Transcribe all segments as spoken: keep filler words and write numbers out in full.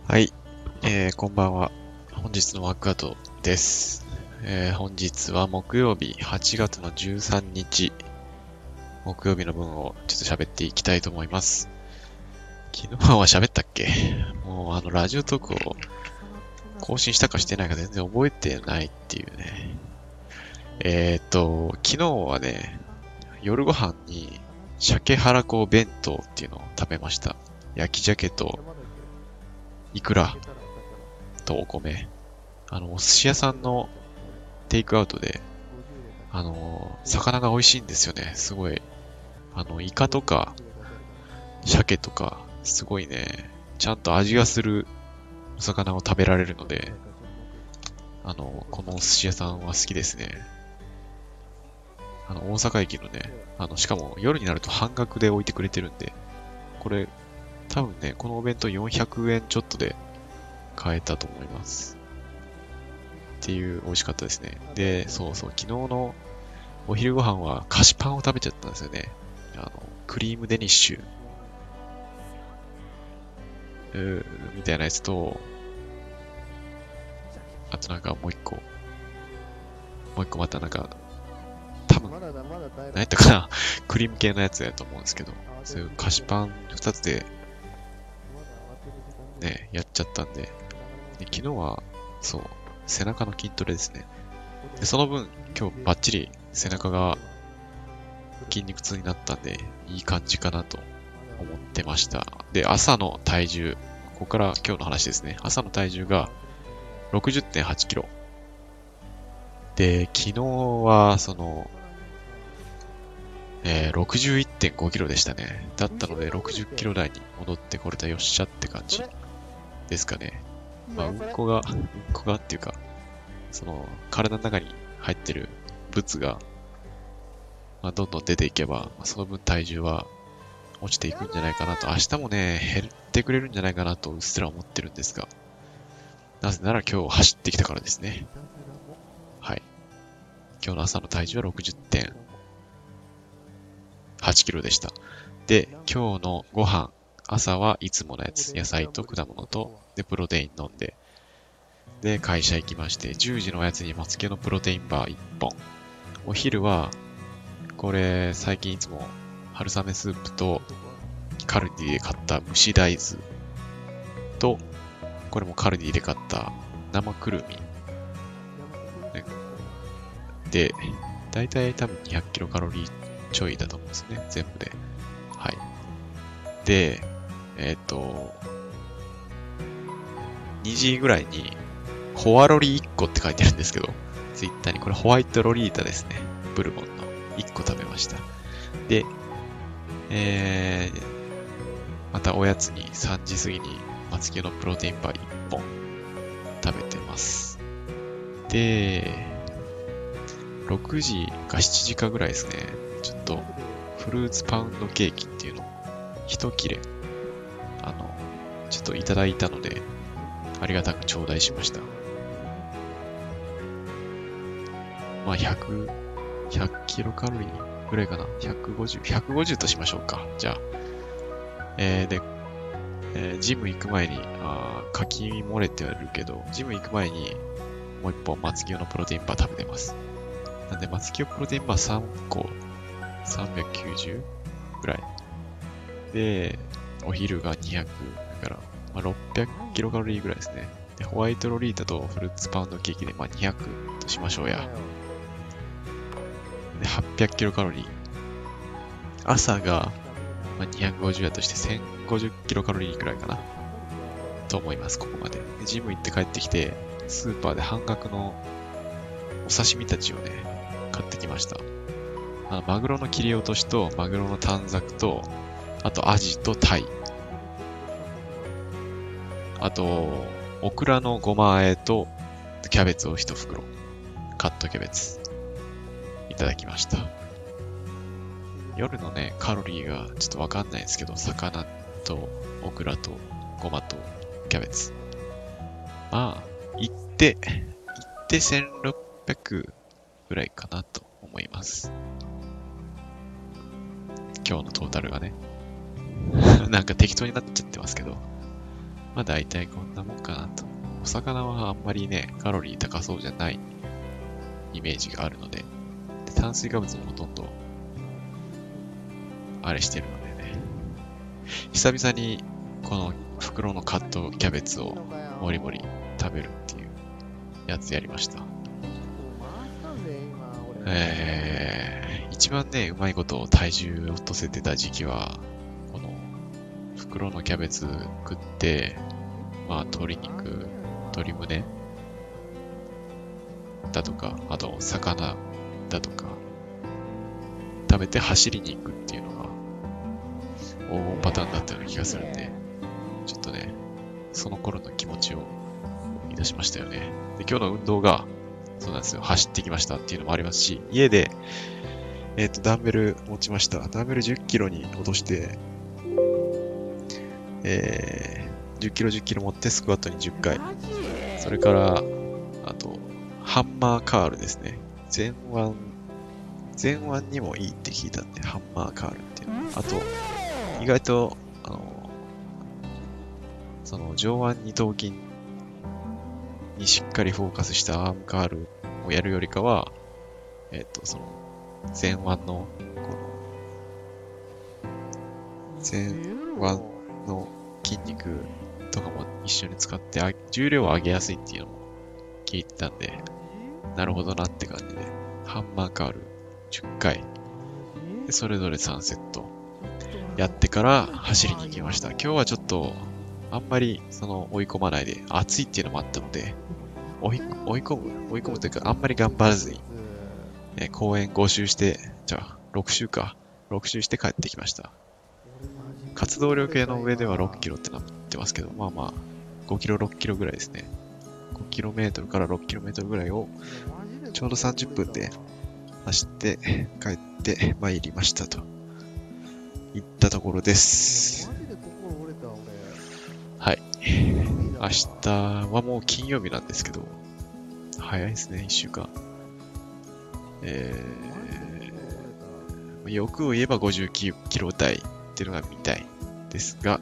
はい、えー、こんばんは。本日のワークアウトです。えー、本日は木曜日はちがつのじゅうさんにち、木曜日の分をちょっと喋っていきたいと思います。昨日は喋ったっけ？もうあのラジオトークを更新したかしてないか全然覚えてないっていうね。えーっと、昨日はね、夜ご飯に鮭はらこ弁当っていうのを食べました。焼き鮭とイクラとお米。あの、お寿司屋さんのテイクアウトで、あの、魚が美味しいんですよね。すごい。あの、イカとか、鮭とか、すごいね、ちゃんと味がするお魚を食べられるので、あの、このお寿司屋さんは好きですね。あの、大阪駅のね、あの、しかも夜になると半額で置いてくれてるんで、これ、多分ね、このお弁当よんひゃくえんちょっとで買えたと思います。っていう美味しかったですね。で、そうそう、昨日のお昼ご飯は菓子パンを食べちゃったんですよね。あの、クリームデニッシュうーみたいなやつと、あとなんかもう一個、もう一個またなんか、多分、何やったかなクリーム系のやつやと思うんですけど、そういう菓子パン二つでね、やっちゃったんで、で昨日は、そう、背中の筋トレですね。で、その分、今日バッチリ背中が筋肉痛になったんで、いい感じかなと思ってました。で、朝の体重、ここから今日の話ですね。朝の体重が ろくじゅってんはちキロ。で、昨日は、その、えー、ろくじゅういってんごキロでしたね。だったので、ろくじゅっキロ台に戻ってこれたよっしゃって感じですかね。まあ、うんこが、うんこがっていうか、その、体の中に入ってる物が、まあ、どんどん出ていけば、その分体重は落ちていくんじゃないかなと、明日もね、減ってくれるんじゃないかなとうっすら思ってるんですが、なぜなら今日走ってきたからですね。はい。今日の朝の体重は ろくじゅってんはちキロでした。で、今日のご飯、朝はいつものやつ、野菜と果物と、で、プロテイン飲んで、で、会社行きまして、じゅうじのおやつに松木のプロテインバーいっぽん。お昼は、これ、最近いつも春雨スープと、カルディで買った蒸し大豆と、これもカルディで買った生くるみ。で、だいたい多分にひゃくキロカロリーちょいだと思うんですね、全部で。はい。で、えっ、と、にじぐらいに、ホワロリいっこって書いてあるんですけど、ツイッターにこれホワイトロリータですね。ブルボンのいっこ食べました。で、えー、またおやつにさんじ過ぎに松木のプロテインバーいっぽん食べてます。で、ろくじかしちじかぐらいですね。ちょっとフルーツパウンドケーキっていうのを一切れ、あの、ちょっといただいたので、ありがたく頂戴しました。まあ、ひゃく、ひゃくキロカロリーぐらいかな。ひゃくごじゅう、ひゃくごじゅうとしましょうか。じゃあ。えー、で、えージム行く前に、あー、書き漏れてはるけど、ジム行く前にもう一本松清のプロテインバー食べてます。なんで、松清プロテインバーさんこ、さんびゃくきゅうじゅうぐらい。で、お昼がにひゃく、だから、まあ、ろっぴゃくキロカロリーぐらいですね。で、ホワイトロリータとフルーツパウンドケーキで、まあ、にひゃくとしましょうや。で、はっぴゃくキロカロリー。朝が、まあ、にひゃくごじゅうやとしてせんごじゅうキロカロリーくらいかな。と思います、ここまで。でジム行って帰ってきて、スーパーで半額のお刺身たちをね、買ってきました。あのマグロの切り落としと、マグロの短冊と、あとアジとタイ。あと、オクラのごま和えと、キャベツを一袋。カットキャベツ。いただきました。夜のね、カロリーがちょっとわかんないんですけど、魚とオクラとごまとキャベツ。まあ、行って、行ってせんろっぴゃくぐらいかなと思います。今日のトータルがね。なんか適当になっちゃってますけど。 まあ大体こんなもんかなと。お魚はあんまりね、カロリー高そうじゃないイメージがあるので、で炭水化物もほとんど、あれしてるのでね。久々にこの袋のカットキャベツをもりもり食べるっていうやつやりました。えー、一番ね、うまいこと体重を落とせてた時期は、この袋のキャベツ食って、まあ鶏肉、鶏胸だとか、あと魚だとか、食べて走りに行くっていうのが黄金パターンだったような気がするんで、ちょっとね、その頃の気持ちを思い出しましたよね。で、今日の運動が、そうなんですよ、走ってきましたっていうのもありますし、家で、えっと、ダンベル持ちました。ダンベルじゅっキロに落として、えー、じゅっキロじゅっキロ持ってスクワットにじゅっかい。それから、あと、ハンマーカールですね。前腕、前腕にもいいって聞いたんで、ハンマーカールっていうの。あと、意外と、あの、その上腕二頭筋にしっかりフォーカスしたアームカールをやるよりかは、えっと、その、前腕の、この、前腕の筋肉とかも一緒に使って、重量を上げやすいっていうのも聞いてたんで、なるほどなって感じで、ハンマーカールじゅっかい、でそれぞれさんセットやってから走りに行きました。今日はちょっと、あんまりその追い込まないで、暑いっていうのもあったので、追い追い込む追い込むというか、あんまり頑張らずに、ね、公園ご周して、じゃあろく周か。ろく周して帰ってきました。活動量計の上ではろっキロってなってますけど、まあまあ、ごキロ、ろっキロぐらいですね。ごキロメートルからろっキロメートルぐらいを、ちょうどさんじゅっぷんで走って帰って参りましたといったところです。はい。明日はもう金曜日なんですけど、早いですね、いっしゅうかん。えー、欲を言えばごじゅうキロ台っていうのが見たいですが、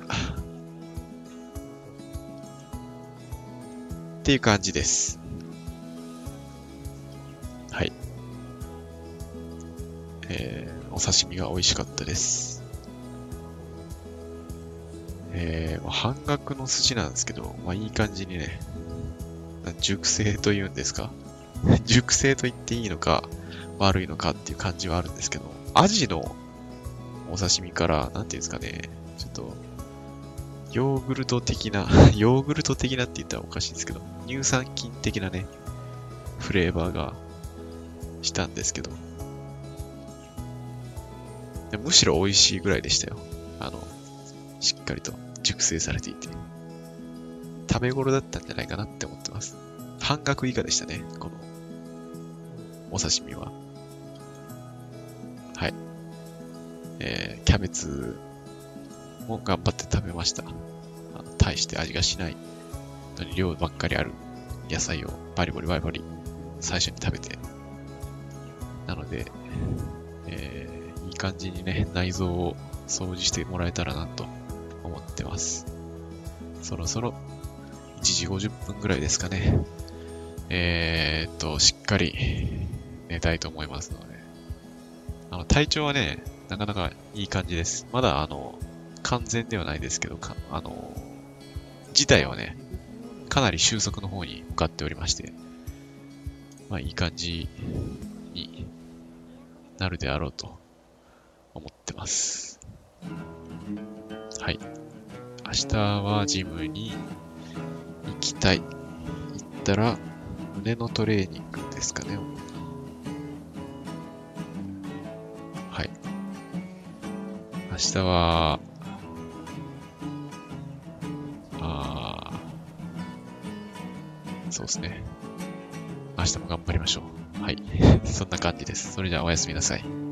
っていう感じです。はい。えー、お刺身が美味しかったです。えー、半額の寿司なんですけど、まあいい感じにね、熟成というんですか熟成と言っていいのか悪いのかっていう感じはあるんですけど、アジのお刺身から、なんていうんですかね、ちょっと、ヨーグルト的な、ヨーグルト的なって言ったらおかしいんですけど、乳酸菌的なね、フレーバーがしたんですけど、でむしろ美味しいぐらいでしたよ。あの、しっかりと熟成されていて、食べ頃だったんじゃないかなって思ってます。半額以下でしたね、このお刺身は。はい。えー、キャベツも頑張って食べました。あの大して味がしないのに量ばっかりある野菜をバリバリバリバリ最初に食べて。なので、えー、いい感じにね、内臓を掃除してもらえたらなと思ってます。そろそろいちじごじゅっぷんぐらいですかね。えーっと、しっかり寝たいと思いますので。あの、体調はね、なかなかいい感じです。まだ、あの、完全ではないですけど、かあの、自体はね、かなり収束の方に向かっておりまして、まあ、いい感じになるであろうと思ってます。はい。明日はジムに行きたい。行ったら、胸のトレーニングですかね。はい。明日は、あー、そうですね。明日も頑張りましょう。はい。そんな感じです。それじゃあおやすみなさい。